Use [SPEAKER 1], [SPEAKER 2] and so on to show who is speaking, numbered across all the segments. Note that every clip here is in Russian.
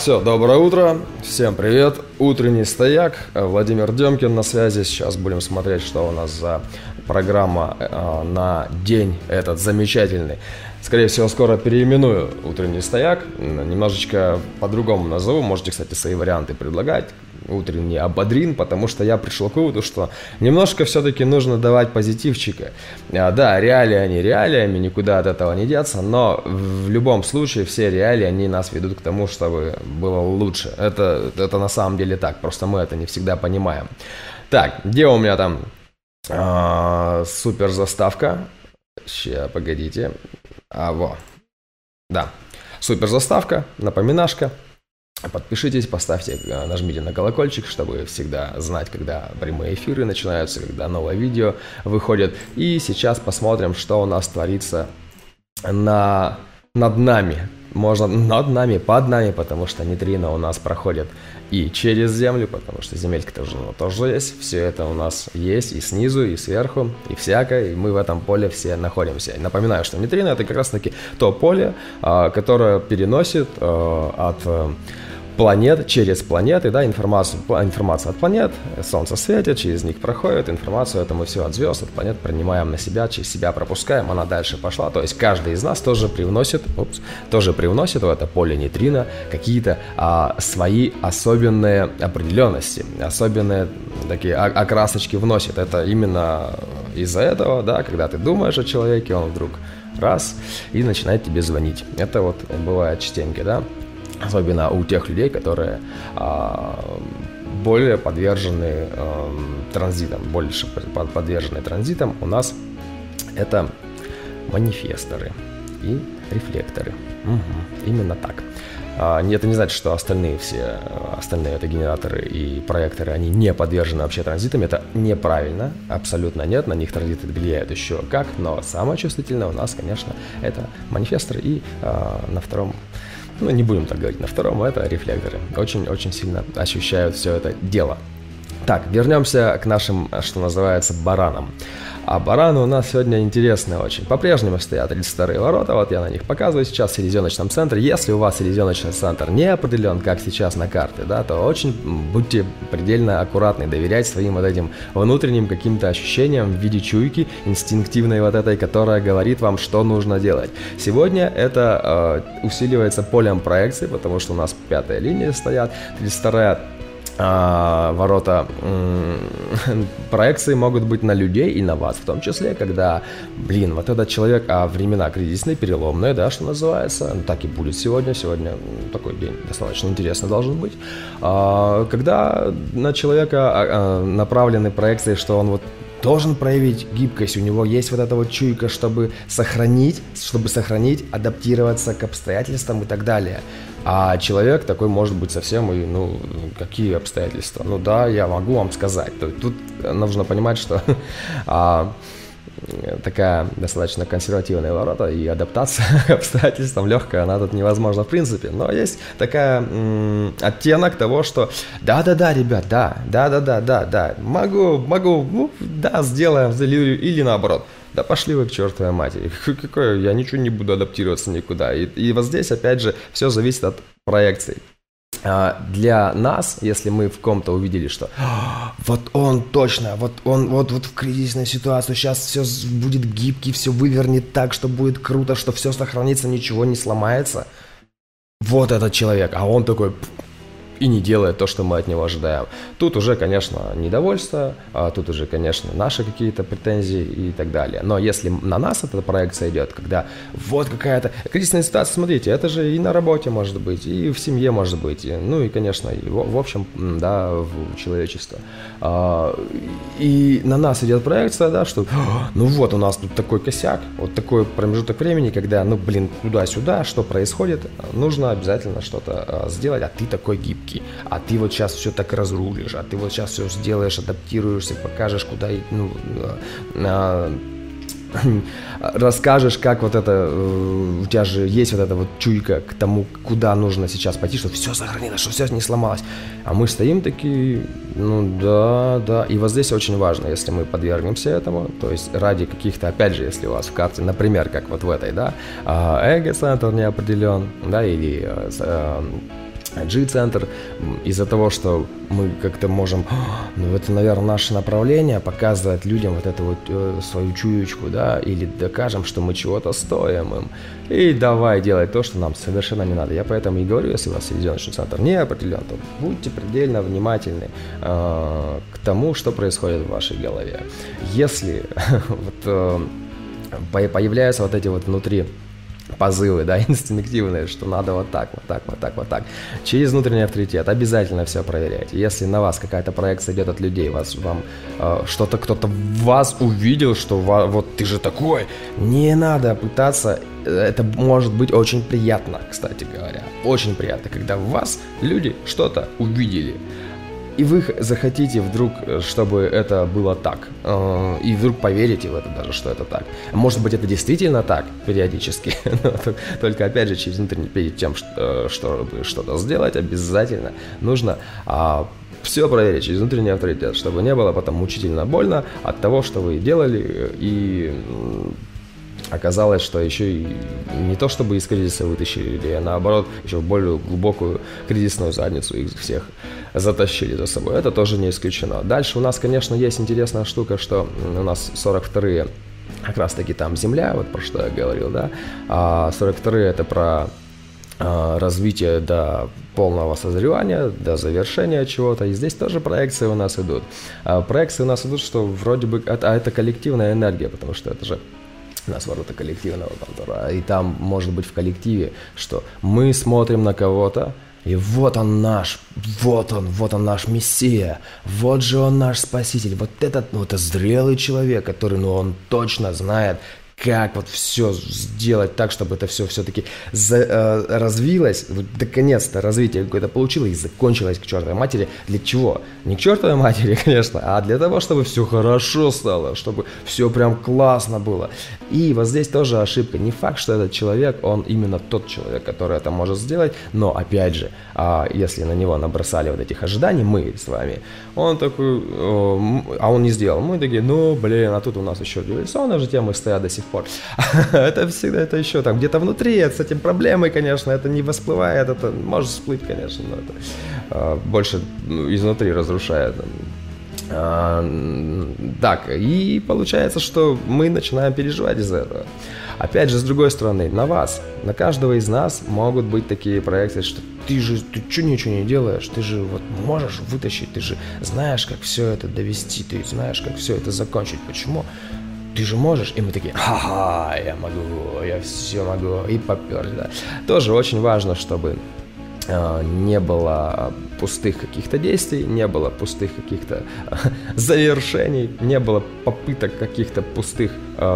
[SPEAKER 1] Все, доброе утро, всем привет, утренний стояк, Владимир Демкин на связи. Сейчас будем смотреть, что у нас за программа на день этот замечательный. Скорее всего, скоро переименую утренний стояк, немножечко по-другому назову, можете, кстати, свои варианты предлагать. Утренний ободрин, потому что я пришел к выводу, что немножко все-таки нужно давать позитивчика. Да, реалии они реалиями, никуда от этого не деться, но в любом случае все реалии, они нас ведут к тому, чтобы было лучше. Это на самом деле так, просто мы это не всегда понимаем. Так, где у меня там супер заставка? Сейчас, погодите. Во. Да, супер заставка, напоминашка. Подпишитесь, поставьте, нажмите на колокольчик, чтобы всегда знать, когда прямые эфиры начинаются, когда новое видео выходит. И сейчас посмотрим, что у нас творится над нами. Можно над нами, под нами, потому что нейтрино у нас проходит и через Землю, потому что земелька тоже есть. Все это у нас есть и снизу, и сверху, и всякое, и мы в этом поле все находимся. И напоминаю, что нейтрино — это как раз таки то поле, которое переносит от планет через планеты, да, информацию от планет, Солнце светит, через них проходит, информацию это мы все от звезд, от планет принимаем на себя, через себя пропускаем, она дальше пошла, то есть каждый из нас тоже привносит в это поле нейтрино какие-то свои особенные определенности, особенные такие окрасочки вносит. Это именно из-за этого, да, когда ты думаешь о человеке, он вдруг раз и начинает тебе звонить. Это вот бывает частенько, да. Особенно у тех людей, которые более подвержены транзитам, больше подвержены транзитам, у нас это манифесторы и рефлекторы. Именно так. Это не значит, что остальные это генераторы и проекторы, они не подвержены вообще транзитам. Это неправильно, абсолютно нет, на них транзиты влияют еще как, но самое чувствительное у нас, конечно, это манифесторы и на втором. Не будем так говорить, на втором это рефлекторы. Очень-очень сильно ощущают все это дело. Так, вернемся к нашим, что называется, баранам. А бараны у нас сегодня интересные очень. По-прежнему стоят 32-е ворота, вот я на них показываю сейчас в селезеночном центре. Если у вас селезеночный центр не определен, как сейчас на карте, да, то очень будьте предельно аккуратны, доверять своим вот этим внутренним каким-то ощущениям в виде чуйки, инстинктивной вот этой, которая говорит вам, что нужно делать. Сегодня это усиливается полем проекции, потому что у нас 5-я линия стоят, 32-я ворота проекции могут быть на людей и на вас, в том числе, когда, вот этот человек, времена кризисные, переломные, да, что называется, так и будет сегодня такой день достаточно интересный должен быть, когда на человека направлены проекции, что он должен проявить гибкость, у него есть вот эта вот чуйка, чтобы сохранить, адаптироваться к обстоятельствам и так далее. А человек такой может быть совсем какие обстоятельства? Да, я могу вам сказать. Тут нужно понимать, что такая достаточно консервативная ворота, и адаптация к обстоятельствам легкая, она тут невозможна в принципе. Но есть такая оттенок того, что да-да-да, ребят, да, могу, сделаем, или наоборот. Да пошли вы к чертовой матери. Я ничего не буду адаптироваться никуда. И вот здесь, опять же, все зависит от проекций. Для нас, если мы в ком-то увидели, что вот он точно, он в кризисной ситуации, сейчас все будет гибкий, все вывернет так, что будет круто, что все сохранится, ничего не сломается. Вот этот человек, а он такой и не делает то, что мы от него ожидаем. Тут уже, конечно, недовольство, тут уже, конечно, наши какие-то претензии и так далее. Но если на нас эта проекция идет, когда вот какая-то кризисная ситуация, смотрите, это же и на работе может быть, и в семье может быть, и, конечно, и в общем, да, в человечестве. И на нас идет проекция, да, что у нас тут такой косяк, вот такой промежуток времени, когда, туда-сюда, что происходит, нужно обязательно что-то сделать, а ты такой гибкий. А ты вот сейчас все так разрулишь, а ты вот сейчас все сделаешь, адаптируешься, покажешь, куда, расскажешь, как вот это, у тебя же есть вот эта вот чуйка к тому, куда нужно сейчас пойти, чтобы все сохранилось, чтобы все не сломалось. А мы стоим такие, да. И вот здесь очень важно, если мы подвергнемся этому, то есть ради каких-то, опять же, если у вас в карте, например, как вот в этой, да, эго-центр не определен, да, или G-центр, из-за того, что мы как-то можем, ну это, наверное, наше направление, показывать людям вот эту вот свою чуечку, да, или докажем, что мы чего-то стоим им, и давай делать то, что нам совершенно не надо. Я поэтому и говорю, если у вас селезеночный центр не определен, то будьте предельно внимательны к тому, что происходит в вашей голове. Если вот, появляются вот эти вот внутри позывы, да, инстинктивные, что надо вот так, вот так, вот так, вот так. Через внутренний авторитет обязательно все проверяйте. Если на вас какая-то проекция идет от людей, вам что-то, кто-то в вас увидел, что вот ты же такой, не надо пытаться, это может быть очень приятно, кстати говоря, очень приятно, когда в вас люди что-то увидели. И вы захотите вдруг, чтобы это было так, и вдруг поверите в это даже, что это так. Может быть, это действительно так периодически, но только опять же через внутренний, перед тем, чтобы что-то сделать, обязательно нужно все проверить через внутренний авторитет, чтобы не было потом мучительно больно от того, что вы делали, и оказалось, что еще и не то чтобы из кризиса вытащили, а наоборот, еще в более глубокую кризисную задницу их всех затащили за собой. Это тоже не исключено. Дальше у нас, конечно, есть интересная штука, что у нас 42-е, как раз таки там Земля, вот про что я говорил, да, а 42-е это про развитие до полного созревания, до завершения чего-то. И здесь тоже проекции у нас идут. Проекции у нас идут, что вроде бы это коллективная энергия, потому что это же у нас ворота коллективного контура, и там может быть в коллективе, что мы смотрим на кого-то, и вот он наш мессия, вот же он наш спаситель, вот этот, ну, это зрелый человек, который, ну, он точно знает, как вот все сделать так, чтобы это все все-таки развилось, наконец-то развитие какое-то получилось и закончилось к чертовой матери. Для чего? Не к чертовой матери, конечно, а для того, чтобы все хорошо стало, чтобы все прям классно было. И вот здесь тоже ошибка. Не факт, что этот человек, он именно тот человек, который это может сделать, но опять же, если на него набросали вот этих ожиданий, мы с вами, он такой, а он не сделал. Мы такие, ну блин, а тут у нас еще революционные же темы стоят до сих пор. Это всегда, это еще там где-то внутри, это с этим проблемой, конечно, это не всплывает, это может всплыть, конечно, но это больше изнутри разрушает. Так, и получается, что мы начинаем переживать из-за этого. Опять же, с другой стороны, на вас, на каждого из нас могут быть такие проекции, что ты что ничего не делаешь, ты же вот можешь вытащить, ты же знаешь, как все это довести, ты знаешь, как все это закончить. Почему? Ты же можешь, и мы такие, ха-ха, я могу, я все могу, и поперли, да. Тоже очень важно, чтобы не было пустых каких-то действий, не было пустых каких-то завершений, не было попыток каких-то пустых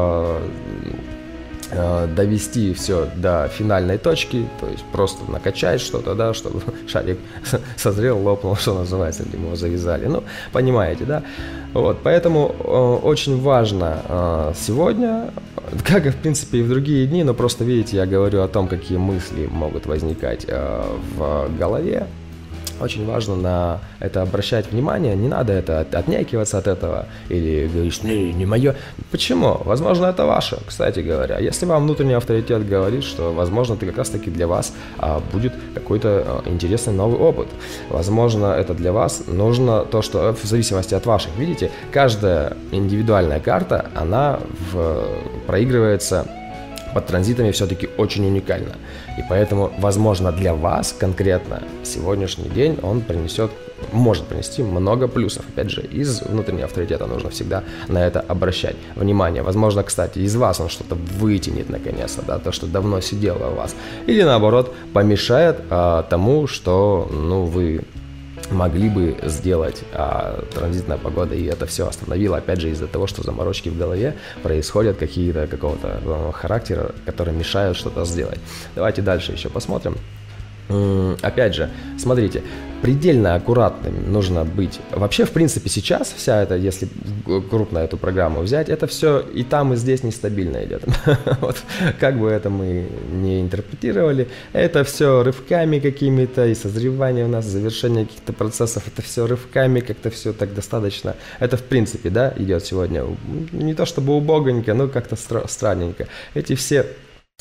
[SPEAKER 1] довести все до финальной точки, то есть просто накачать что-то, да, чтобы шарик созрел, лопнул, что называется, или мы его завязали. Ну, понимаете, да? Вот, поэтому очень важно сегодня, как и в принципе и в другие дни, но просто видите, я говорю о том, какие мысли могут возникать в голове. Очень важно на это обращать внимание, не надо это отнекиваться от этого или говорить, что не мое. Почему? Возможно, это ваше, кстати говоря. Если вам внутренний авторитет говорит, что, возможно, это как раз-таки для вас будет какой-то интересный новый опыт. Возможно, это для вас нужно то, что в зависимости от ваших, видите, каждая индивидуальная карта, она проигрывается под транзитами все-таки очень уникально. И поэтому, возможно, для вас конкретно сегодняшний день он может принести много плюсов. Опять же, из внутреннего авторитета нужно всегда на это обращать внимание. Возможно, кстати, из вас он что-то вытянет наконец-то, да, то, что давно сидело у вас. Или наоборот, помешает тому, что вы могли бы сделать, транзитная погода и это все остановило, опять же, из-за того, что заморочки в голове происходят какого-то характера, которые мешают что-то сделать. Давайте дальше еще посмотрим. Опять же, смотрите, предельно аккуратным нужно быть. Вообще, в принципе, сейчас вся эта, если крупно эту программу взять, это все и там, и здесь нестабильно идет. Вот, как бы это мы не интерпретировали, это все рывками какими-то, и созревание у нас, завершение каких-то процессов, это все рывками, как-то все так достаточно. Это, в принципе, да, идет сегодня не то чтобы убогонько, но как-то странненько. Эти все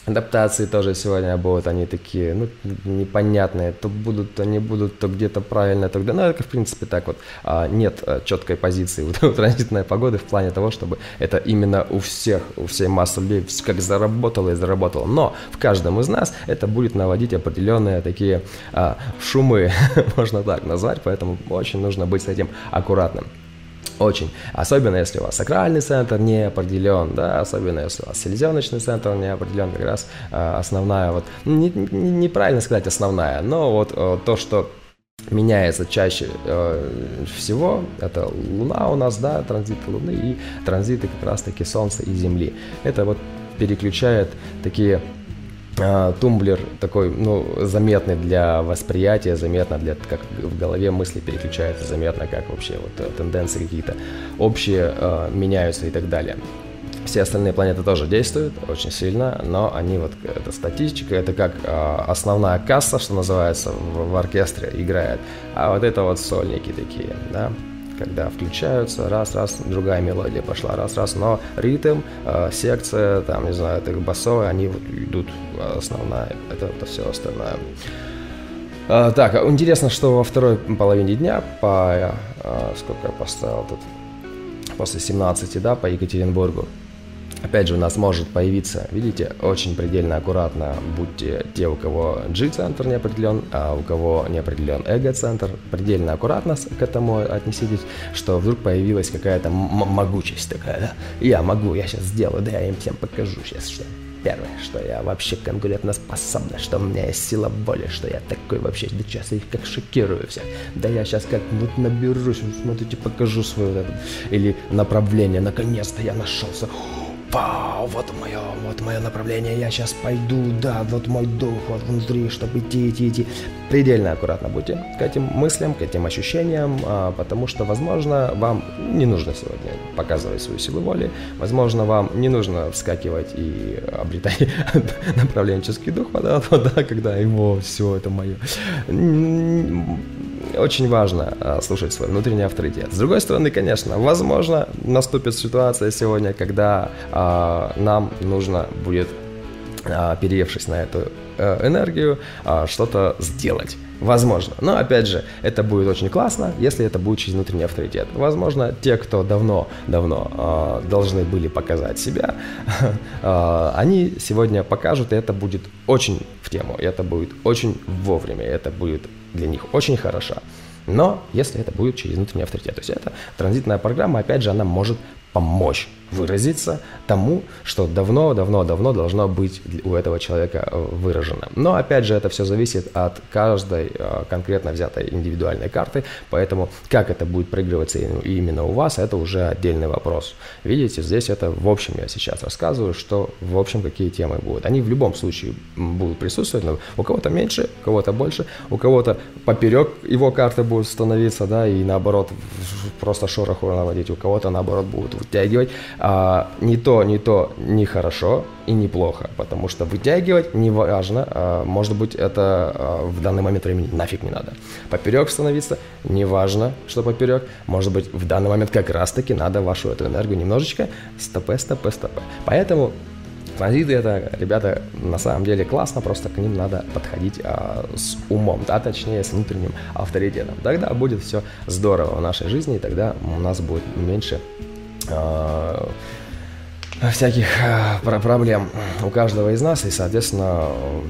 [SPEAKER 1] Адаптации тоже сегодня будут, они такие, ну, непонятные, то будут, то не будут, то где-то правильно, то где... Ну, это, в принципе, так вот, нет четкой позиции у транзитной погоды в плане того, чтобы это именно у всей массы людей как заработало и заработало. Но в каждом из нас это будет наводить определенные такие шумы, можно так назвать, поэтому очень нужно быть с этим аккуратным. Очень. Особенно, если у вас сакральный центр не определен, да, особенно, если у вас селезеночный центр не определен, как раз основная, вот, неправильно сказать основная, но вот то, что меняется чаще всего, это Луна у нас, да, транзиты Луны и транзиты как раз-таки Солнца и Земли. Это вот переключает такие... тумблер такой, ну, заметный для восприятия, заметно для, как в голове мысли переключаются, заметно, как вообще вот тенденции какие-то общие меняются и так далее. Все остальные планеты тоже действуют очень сильно, но они вот, это статистика, это как основная касса, что называется, в оркестре играет, а вот это вот сольники такие, да, когда включаются, раз, другая мелодия пошла, раз, но ритм, секция, там, не знаю, это басовые, они вот идут, основная, это все остальное. Так, интересно, что во второй половине дня, сколько я поставил тут, после 17, да, по Екатеринбургу, опять же, у нас может появиться, видите, очень предельно аккуратно, будьте те, у кого G-центр не определен, а у кого не определен эго-центр, предельно аккуратно к этому отнеситесь, что вдруг появилась какая-то могучесть такая, да, я могу, я сейчас сделаю, да, я им всем покажу сейчас, что первое, что я вообще конкурентоспособна, что у меня есть сила воли, что я такой вообще, да сейчас я их как шокирую всех, да я сейчас как вот наберусь, смотрите, покажу свое вот это, или направление, наконец-то я нашелся. Вау, вот мое направление, я сейчас пойду, да, вот мой дух, вот внутри, чтобы идти. Предельно аккуратно будьте к этим мыслям, к этим ощущениям, потому что, возможно, вам не нужно сегодня показывать свою силу воли, возможно, вам не нужно вскакивать и обретать направленческий дух, да, когда его, все это мое. Очень важно слушать свой внутренний авторитет. С другой стороны, конечно, возможно, наступит ситуация сегодня, когда нам нужно будет, оперевшись на эту энергию, что-то сделать. Возможно. Но, опять же, это будет очень классно, если это будет через внутренний авторитет. Возможно, те, кто давно должны были показать себя, они сегодня покажут, и это будет очень в тему, и это будет очень вовремя, и это будет для них очень хорошо. Но если это будет через внутренний авторитет, то есть это транзитная программа, опять же, она может помочь выразиться тому, что давно должно быть у этого человека выражено. Но, опять же, это все зависит от каждой конкретно взятой индивидуальной карты, поэтому как это будет проигрываться именно у вас, это уже отдельный вопрос. Видите, здесь это в общем я сейчас рассказываю, что в общем какие темы будут. Они в любом случае будут присутствовать, но у кого-то меньше, у кого-то больше, у кого-то поперек его карты будут становиться, да, и наоборот просто шороху наводить, у кого-то наоборот будут вытягивать. Ни то не хорошо и не плохо, потому что вытягивать не важно, может быть, это в данный момент времени нафиг не надо. Поперек становиться не важно, что поперек, может быть, в данный момент как раз-таки надо вашу эту энергию немножечко стопе. Поэтому транзиты это, ребята, на самом деле классно, просто к ним надо подходить с умом, да, точнее, с внутренним авторитетом. Тогда будет все здорово в нашей жизни, и тогда у нас будет меньше всяких проблем у каждого из нас и, соответственно,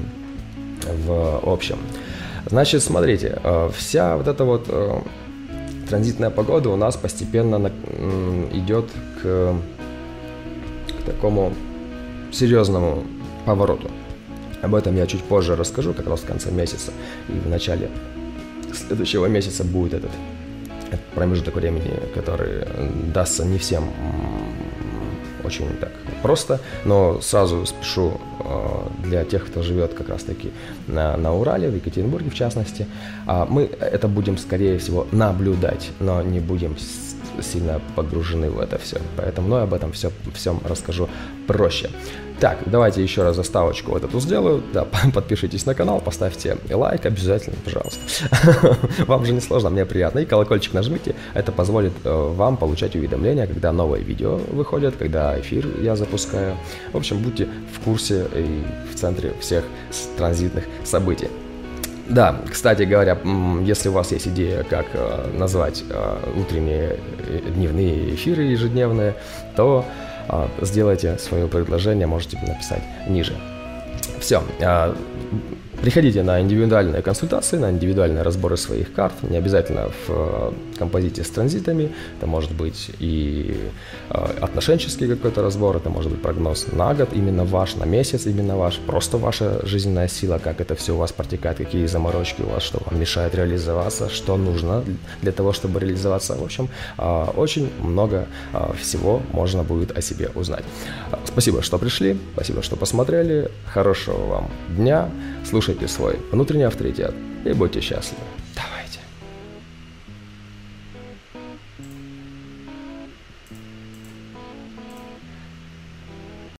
[SPEAKER 1] в общем. Значит, смотрите, вся вот эта вот транзитная погода у нас постепенно идет к такому серьезному повороту. Об этом я чуть позже расскажу, как раз в конце месяца и в начале следующего месяца будет этот промежуток времени, который дастся не всем очень так просто, но сразу спешу для тех, кто живет как раз-таки на Урале, в Екатеринбурге в частности, мы это будем, скорее всего, наблюдать, но не будем сильно погружены в это все. Поэтому об этом всем расскажу проще. Так, давайте еще раз заставочку вот эту сделаю. Да, подпишитесь на канал, поставьте лайк обязательно, пожалуйста. Вам же не сложно, мне приятно. И колокольчик нажмите, это позволит вам получать уведомления, когда новые видео выходят, когда эфир я запускаю. В общем, будьте в курсе и в центре всех транзитных событий. Да, кстати говоря, если у вас есть идея, как назвать утренние дневные эфиры ежедневные, то сделайте свое предложение, можете написать ниже. Все. Приходите на индивидуальные консультации, на индивидуальные разборы своих карт. Не обязательно в композите с транзитами. Это может быть и отношенческий какой-то разбор, это может быть прогноз на год, именно ваш, на месяц, именно ваш. Просто ваша жизненная сила, как это все у вас протекает, какие заморочки у вас, что вам мешает реализоваться, что нужно для того, чтобы реализоваться. В общем, очень много всего можно будет о себе узнать. Спасибо, что пришли, спасибо, что посмотрели. Хорошего вам дня. Слушайте свой внутренний авторитет и будьте счастливы.